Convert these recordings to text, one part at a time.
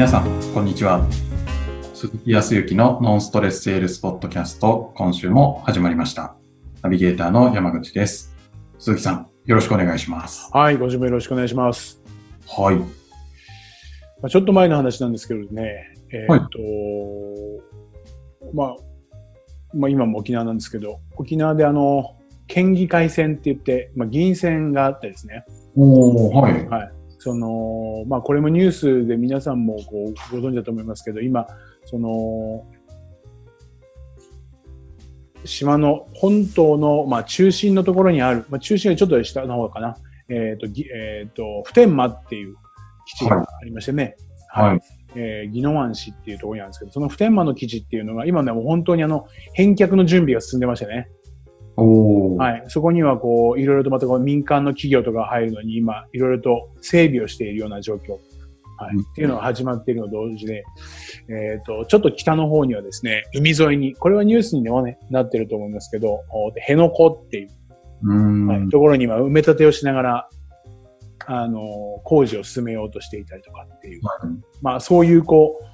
皆さん、こんにちは。鈴木康之のノンストレスセールスポッドキャスト、今週も始まりました。ナビゲーターの山口です。鈴木さん、よろしくお願いします。 はい、ご準備よろしくお願いします。 はい。 ちょっと前の話なんですけどね、今も沖縄なんですけど、沖縄で県議会選って言って、議員選があってですね。 はい。 はい。これもニュースで皆さんもご存知だと思いますけど、今、島の本島の、中心のところにある、中心よりちょっと下の方かな、普天間っていう基地がありましてね。 はい。 宜野湾市っていうところにあるんですけど、その普天間の基地っていうのが、今ね、もう本当に返却の準備が進んでましてね。はい。そこには、いろいろとまた民間の企業とか入るのに、今、いろいろと整備をしているような状況。はい。っていうのが始まっているのと同時で、ちょっと北の方にはですね、海沿いに、これはニュースにはね、なってると思いますけど、辺野古っていう、はい、ところに今、埋め立てをしながら、工事を進めようとしていたりとかっていう。そういう、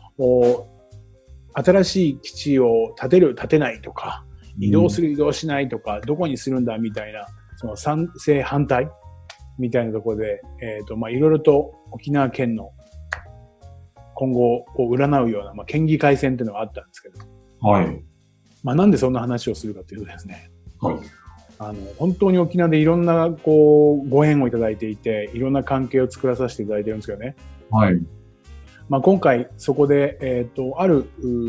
新しい基地を建てる、建てないとか、移動する、移動しないとか、どこにするんだみたいな、その賛成反対みたいなところで、いろいろと沖縄県の今後を占うような、県議会選っていうのがあったんですけど。 はい。 なんでそんな話をするかというとですね。 はい。 本当に沖縄でいろんな、ご縁をいただいていて、いろんな関係を作らさせていただいてるんですけどね。 はい。 今回、そこで、ある、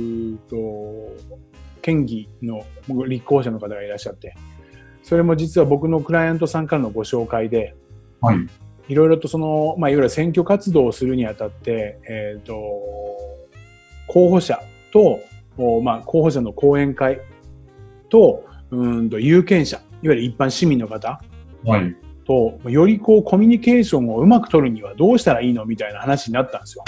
県議の立候補者の方がいらっしゃって、それも実は僕のクライアントさんからのご紹介で、 はい。 いろいろといわゆる選挙活動をするにあたって、候補者と、候補者の講演会と、有権者、いわゆる一般市民の方と、よりコミュニケーションをうまく取るにはどうしたらいいのみたいな話になったんですよ。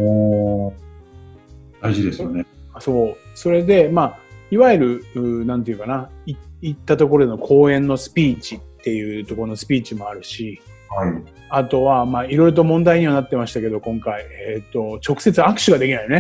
大事ですよね。 そう。それで、いわゆる、なんていうかな、行ったところでの講演のスピーチっていうところのスピーチもあるし、 はい。 あとは、いろいろと問題にはなってましたけど、今回、直接握手ができないよね。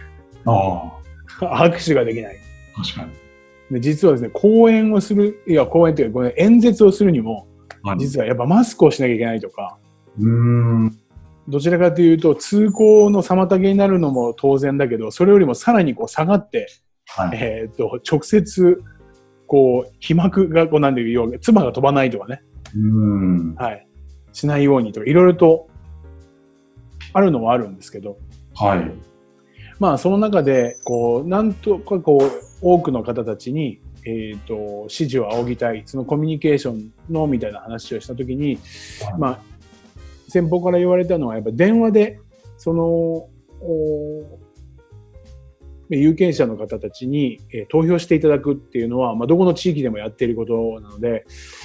握手ができない。 確かに。 で、実はですね、講演をする、講演っていうか、演説をするにも、実はやっぱマスクをしなきゃいけないとか、どちらかというと、通行の妨げになるのも当然だけど、それよりもさらに下がって、直接、飛膜がなんでいう、唾が飛ばないとかね。はい。しないようにとか、いろいろと、あるのはあるんですけど。 はい。 その中で、なんとか多くの方たちに、支持を仰ぎたい、そのコミュニケーションのみたいな話をしたときに、先方から言われたのは、やっぱ電話で、有権者の方たちに、投票していただくっていうのは、どこの地域でもやっていることなので、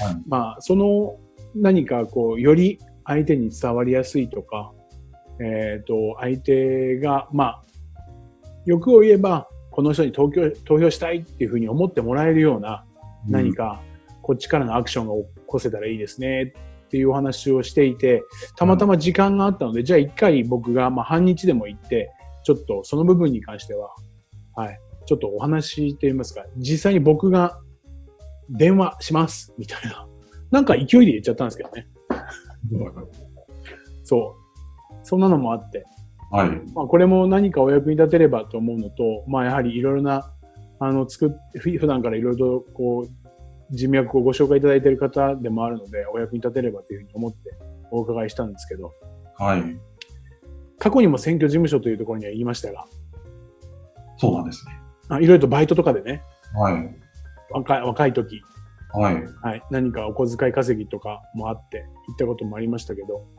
何かより相手に伝わりやすいとか、相手が、欲を言えば、この人に投票したいっていうふうに思ってもらえるような、何か、こっちからのアクションが起こせたらいいですねっていうお話をしていて、たまたま時間があったので、じゃあ一回僕が、半日でも行って、ちょっとその部分に関しては、はい、ちょっとお話と言いますか、実際に僕が電話しますみたいな、なんか勢いで言っちゃったんですけどね。そう。そんなのもあって。 はい。 これも何かお役に立てればと思うのと、やはりいろいろな、普段からいろいろと、人脈をご紹介いただいている方でもあるので、お役に立てればというふうに思ってお伺いしたんですけど。 はい。 過去にも選挙事務所というところには言いましたが。 そうなんですね。 いろいろとバイトとかでね。 はい。 若い時。 はい。 はい。何かお小遣い稼ぎとかもあって、行ったこともありましたけど。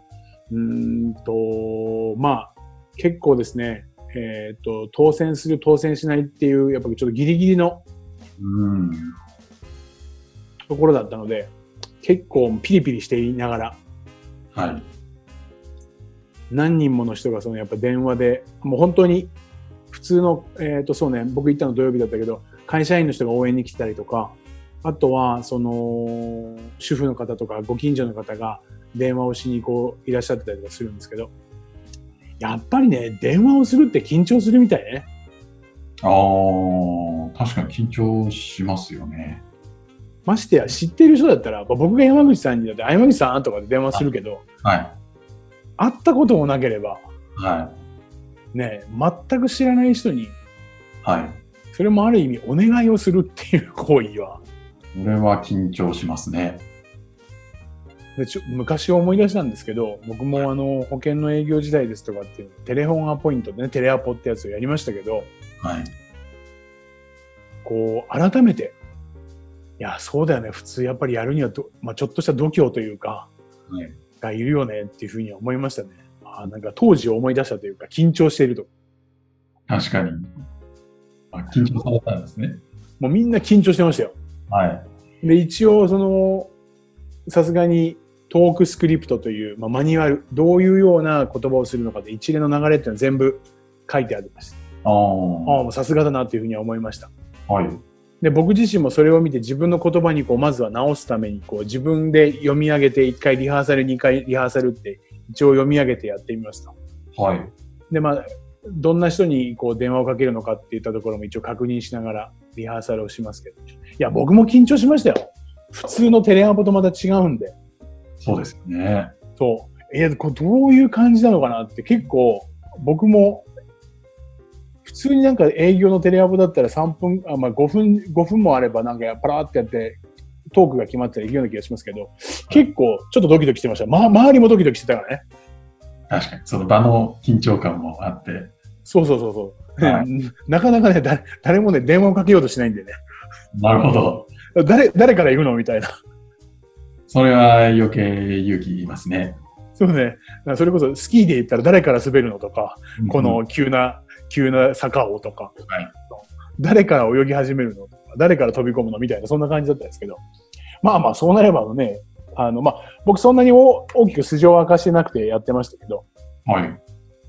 結構ですね、当選する、当選しないっていう、やっぱりちょっとギリギリのところだったので、結構ピリピリしていながら、 はい。 何人もの人がやっぱ電話で、もう本当に普通の、そうね、僕行ったの土曜日だったけど、会社員の人が応援に来てたりとか、あとは、主婦の方とかご近所の方が電話をしにいらっしゃってたりとかするんですけど、 やっぱりね、電話をするって緊張するみたいね。 ああ、確かに緊張しますよね。 ましてや、知っている人だったら、僕が山口さんにだって、山口さんとかで電話するけど、 はい。 会ったこともなければ、 はね、全く知らない人に、 はい。 それもある意味お願いをするっていう行為は、 これは緊張しますね。 で昔思い出したんですけど、僕も保険の営業時代ですとかっていうテレフォンアポイントでね、テレアポってやつをやりましたけど、 はい。 こう、改めて、いや、そうだよね。普通やっぱりやるにはちょっとした度胸というか、 はい。 がいるよねっていうふうには思いましたね。なんか当時を思い出したというか、緊張していると。 確かに。緊張されたんですね。 もうみんな緊張してましたよ。 はい。 で、一応さすがにトークスクリプトという、マニュアル、どういうような言葉をするのかで一連の流れっていうのは全部書いてありました。もうさすがだなっていうふうには思いました。 はい。 で、僕自身もそれを見て自分の言葉にまずは直すために自分で読み上げて1回リハーサル、2回リハーサルって一応読み上げてやってみました。 はい。 で、どんな人に電話をかけるのかっていったところも一応確認しながらリハーサルをしますけど。いや、僕も緊張しましたよ。普通のテレアポとまた違うんで。 そうですよね。 そう。いや、どういう感じなのかなって結構僕も普通になんか営業のテレアポだったら3分、5分もあればなんかパラーってやってトークが決まっていくような気がしますけど、結構ちょっとドキドキしてました。周りもドキドキしてたからね。 確かに、その場の緊張感もあって。 そう。はい、なかなかね、誰もね、電話をかけようとしないんでね。 なるほど。 誰から行くのみたいな。 それは余計勇気いりますね。 そうね。それこそスキーで言ったら誰から滑るのとか、この急な坂をとか、 はい、 誰から泳ぎ始めるのとか、誰から飛び込むのみたいな、そんな感じだったんですけど。そうなればね、僕そんなに大きく素性を明かしてなくてやってましたけど、 はい。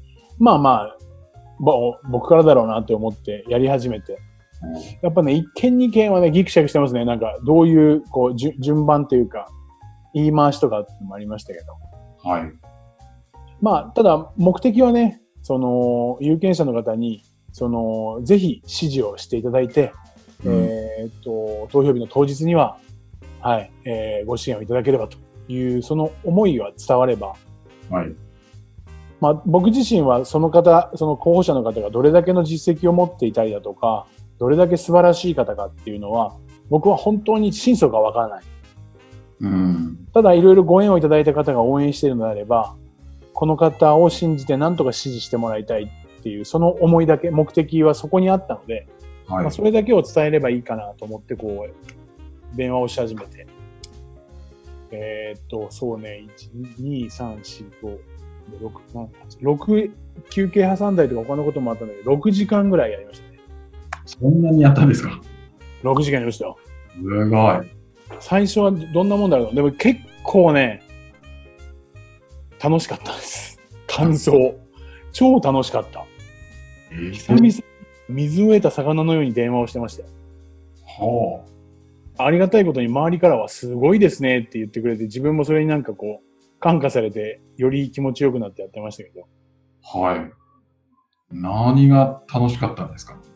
僕からだろうなって思ってやり始めて、やっぱね、1件2件はね、ギクシャクしてますね。なんか、どういう、順番というか、言い回しとかもありましたけど。 はい。 ただ、目的はね、有権者の方に、ぜひ指示をしていただいて、投票日の当日には、はい、ご支援をいただければという、その思いが伝われば、 はい。 僕自身はその候補者の方がどれだけの実績を持っていたりだとか、どれだけ素晴らしい方かっていうのは、僕は本当に真相がわからない。ただ、いろいろご縁をいただいた方が応援しているのであれば、この方を信じて何とか支持してもらいたいっていう、その思いだけ、目的はそこにあったので、はい、それだけを伝えればいいかなと思って、電話をし始めて。そうね、1、2、3、4、5、6休憩挟んだりとか他のこともあったんだけど、6時間ぐらいやりましたね。 そんなにやったんですか？ 6 時間やりましたよ。 すごい。 最初はどんなもんだろう。でも結構ね、楽しかったです。感想。超楽しかった。久々に水を得た魚のように電話をしてましたよ。 はあ。ありがたいことに周りからはすごいですねって言ってくれて、自分もそれになんか感化されて、より気持ちよくなってやってましたけど。 はい。何が楽しかったんですか？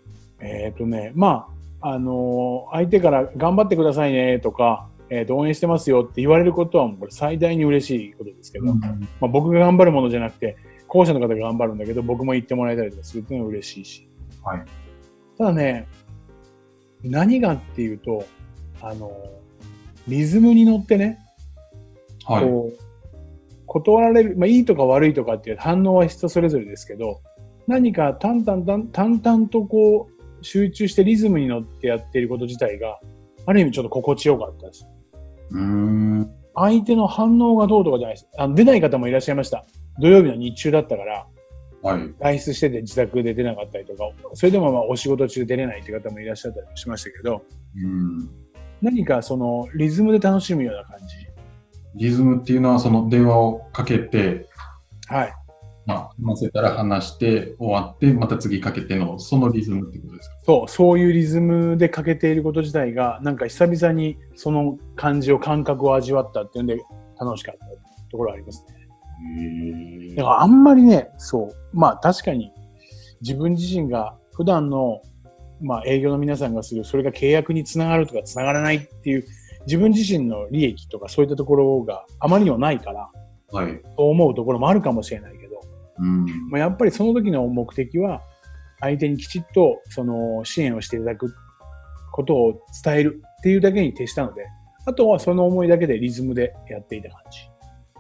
相手から頑張ってくださいねとか、応援してますよって言われることはこれ最大に嬉しいことですけど、僕が頑張るものじゃなくて、候補者の方が頑張るんだけど、僕も言ってもらえたりとかするっていうのは嬉しいし。 はい。 ただね、何がっていうと、リズムに乗ってね、 はい、 断られる、いいとか悪いとかっていう反応は人それぞれですけど、何か淡々と集中してリズムに乗ってやっていること自体が、ある意味ちょっと心地よかったです。相手の反応がどうとかじゃないです。出ない方もいらっしゃいました。土曜日の日中だったから、 はい、 外出してて自宅で出なかったりとか、それでもお仕事中出れないって方もいらっしゃったりしましたけど、何かリズムで楽しむような感じ。 リズムっていうのはその電話をかけて、 はい。 話せたら話して終わってまた次かけてのそのリズムってことですか？ そういうリズムでかけていること自体がなんか久々にその感覚を味わったっていうんで楽しかったところはありますね。 だからあんまりね、そう。まあ確かに自分自身が普段の営業の皆さんがする、それが契約につながるとかつながらないっていう自分自身の利益とかそういったところがあまりにもないから、 はい。 そう思うところもあるかもしれないけど、やっぱりその時の目的は相手にきちっとその支援をしていただくことを伝えるっていうだけに徹したので、あとはその思いだけでリズムでやっていた感じ。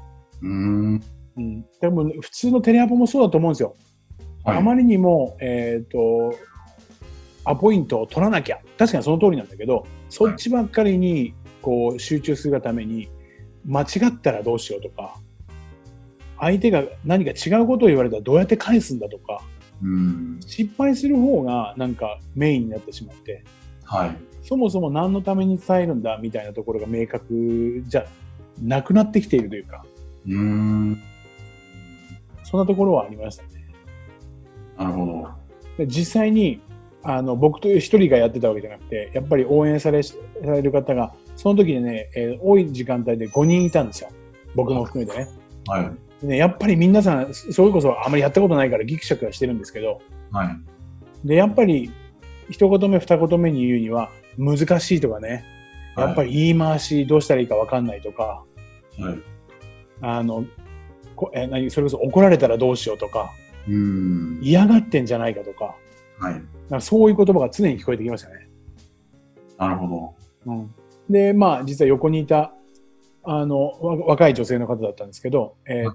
多分普通のテレアポもそうだと思うんですよ。はい、あまりにも、アポイントを取らなきゃ。確かにその通りなんだけど、そっちばっかりにこう集中するがために、間違ったらどうしようとか、相手が何か違うことを言われたらどうやって返すんだとか、失敗する方がなんかメインになってしまって、はい、そもそも何のために伝えるんだみたいなところが明確じゃなくなってきているというか、そんなところはありましたね。 なるほど。 で実際に僕という一人がやってたわけじゃなくて、やっぱり応援される方がその時にね、多い時間帯で5人いたんですよ。僕も含めてね。はい。でね、やっぱり皆さんそれこそあまりやったことないからギクシャクはしてるんですけど、はい。でやっぱり一言目二言目に言うには難しいとかね、やっぱり言い回しどうしたらいいか分かんないとか、はい。それこそ怒られたらどうしようとか、嫌がってんじゃないかとか、はい。なんかそういう言葉が常に聞こえてきましたね。 なるほど。で、実は横にいた、若い女性の方だったんですけど、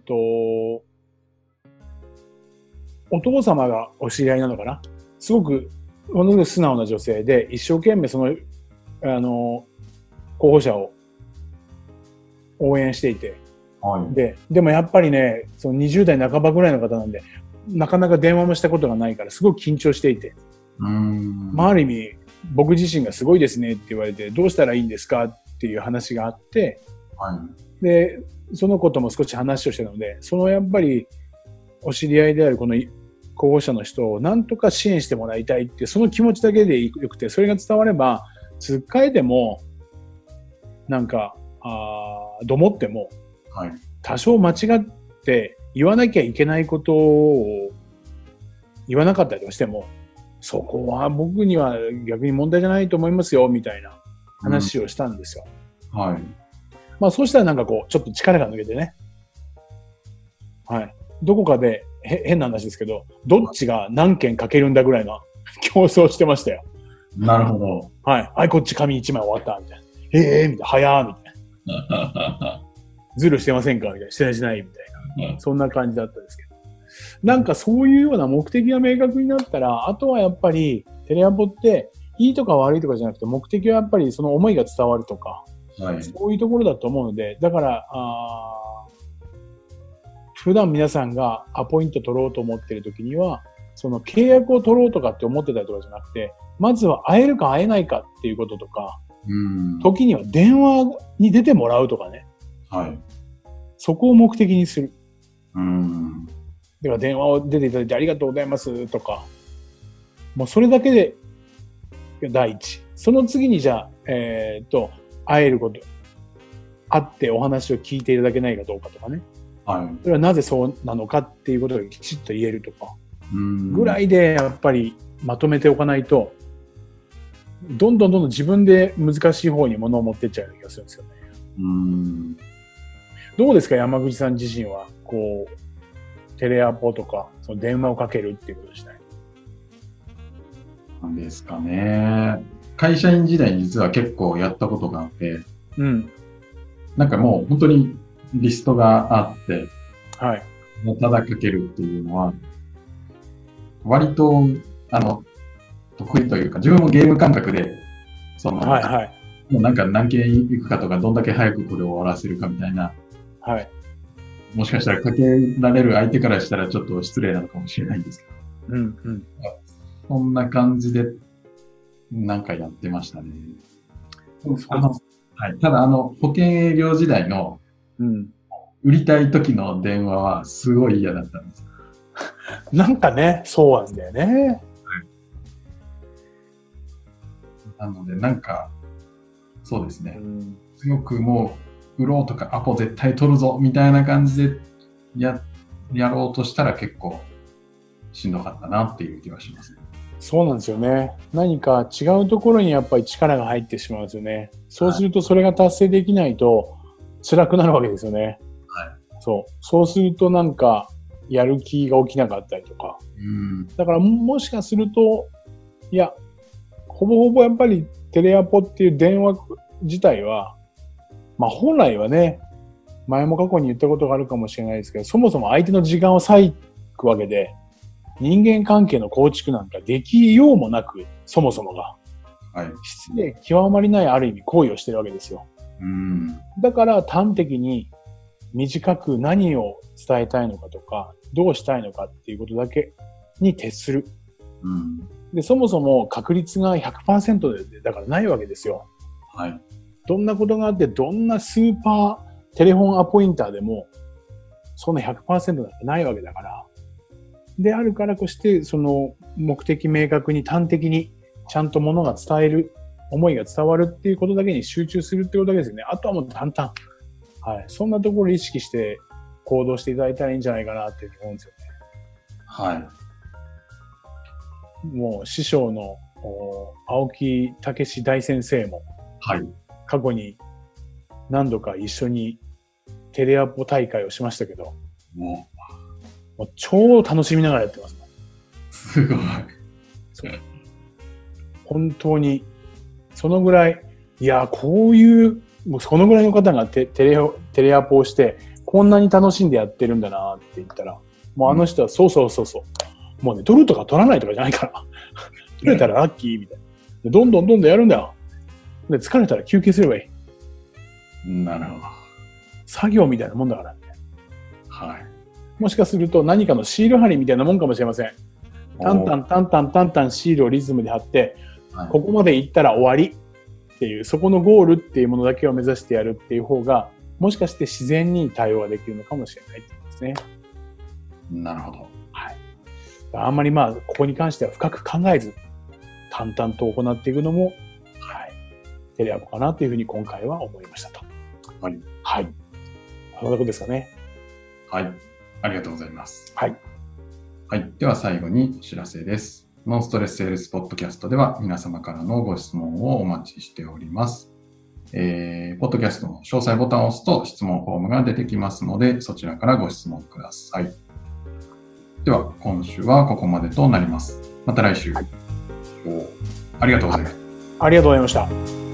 お父様がお知り合いなのかな？すごく、ものすごく素直な女性で、一生懸命その、候補者を応援していて、はい、でもやっぱりね、その20代半ばぐらいの方なんで、なかなか電話もしたことがないから、すごく緊張していて、ある意味、僕自身がすごいですねって言われて、どうしたらいいんですかっていう話があって、はい、で、その子とも少し話をしてたので、そのやっぱり、お知り合いであるこの候補者の人をなんとか支援してもらいたいっていう、その気持ちだけでよくて、それが伝われば、つっかえても、なんか、どもっても、はい、多少間違って言わなきゃいけないことを言わなかったりとかしても、そこは僕には逆に問題じゃないと思いますよ、みたいな話をしたんですよ。はい。そうしたらなんかこう、ちょっと力が抜けてね。はい。どこかで、変な話ですけど、どっちが何件かけるんだぐらいの競争してましたよ。 なるほど。 はい。はい、こっち紙1枚終わった、みたいな。みたいな。早ー、みたいな。ズルしてませんかみたいな。してないしない、みたいな。そんな感じだったんですけど。なんかそういうような目的が明確になったら、あとはやっぱり、テレアポって、いいとか悪いとかじゃなくて、目的はやっぱりその思いが伝わるとか、はい、そういうところだと思うので、だから、普段皆さんがアポイント取ろうと思っているときには、その契約を取ろうとかって思ってたりとかじゃなくて、まずは会えるか会えないかっていうこととか、時には電話に出てもらうとかね。はい。そこを目的にする。では電話を出ていただいてありがとうございますとか、もうそれだけで第一。その次にじゃあ、会えること、会ってお話を聞いていただけないかどうかとかね。はい。それはなぜそうなのかっていうことがきちっと言えるとか。ぐらいでやっぱりまとめておかないと、どんどん自分で難しい方に物を持ってっちゃうような気がするんですよね。どうですか、山口さん自身は、こう、テレアポとか、その電話をかけるっていうことしたい。 なんですかね。会社員時代に実は結構やったことがあって、なんかもう本当にリストがあって、はい。ただかけるっていうのは、割と、得意というか、自分もゲーム感覚で、はいはい。もうなんか何件行くかとか、どんだけ早くこれを終わらせるかみたいな。はい。もしかしたらかけられる相手からしたらちょっと失礼なのかもしれないんですけど。そんな感じで、なんかやってましたね。はい。ただ保険営業時代の、売りたい時の電話はすごい嫌だったんです。 なんかね、そうなんだよね。 なので、なんか、そうですね。すごくもう、売ろうとか、アポ絶対取るぞ、みたいな感じでやろうとしたら結構しんどかったなっていう気はしますね。 そうなんですよね。何か違うところにやっぱり力が入ってしまうんですよね。そうするとそれが達成できないと辛くなるわけですよね。 はい。 そうするとなんかやる気が起きなかったりとか。だからもしかすると、いや、ほぼほぼやっぱりテレアポっていう電話自体は、まあ本来はね、前も過去に言ったことがあるかもしれないですけど、そもそも相手の時間を割くわけで、人間関係の構築なんかできようもなく、そもそもが。はい。失礼極まりないある意味行為をしてるわけですよ。だから端的に短く何を伝えたいのかとか、どうしたいのかっていうことだけに徹する。で、そもそも確率が 100% でだからないわけですよ。はい。どんなことがあって、どんなスーパーテレフォンアポインターでも、そんな 100% なんてないわけだから。であるからこして、その目的明確に端的にちゃんとものが伝える、思いが伝わるっていうことだけに集中するってことだけですよね。あとはもう淡々。はい。そんなところを意識して行動していただいたらいいんじゃないかなって思うんですよね。はい。もう師匠の青木武大先生も、はい。過去に何度か一緒にテレアポ大会をしましたけど、もう超楽しみながらやってます。 すごい。 そう。本当に、そのぐらい、いや、こういう、もうそのぐらいの方がテレアポをして、こんなに楽しんでやってるんだなって言ったら、もうあの人は、そう。もうね、取るとか取らないとかじゃないから。取れたらラッキーみたいな。どんどんやるんだよ。で、疲れたら休憩すればいい。なるほど。 作業みたいなもんだから。 はい。 もしかすると何かのシール貼りみたいなもんかもしれません。淡々シールをリズムで貼って、はい、ここまで行ったら終わりっていう、そこのゴールっていうものだけを目指してやるっていう方が、もしかして自然に対応ができるのかもしれないってことですね。 なるほど。 はい。あんまりここに関しては深く考えず、淡々と行っていくのも、はい。テレアポかなというふうに今回は思いましたと。 はい。 はい。そんなとこですかね。 はい。ありがとうございます。 はい。 はい。では最後にお知らせです。ノンストレスセールスポッドキャストでは皆様からのご質問をお待ちしております。ポッドキャストの詳細ボタンを押すと質問フォームが出てきますので、そちらからご質問ください。では、今週はここまでとなります。また来週。はい、ありがとうございました。 ありがとうございました。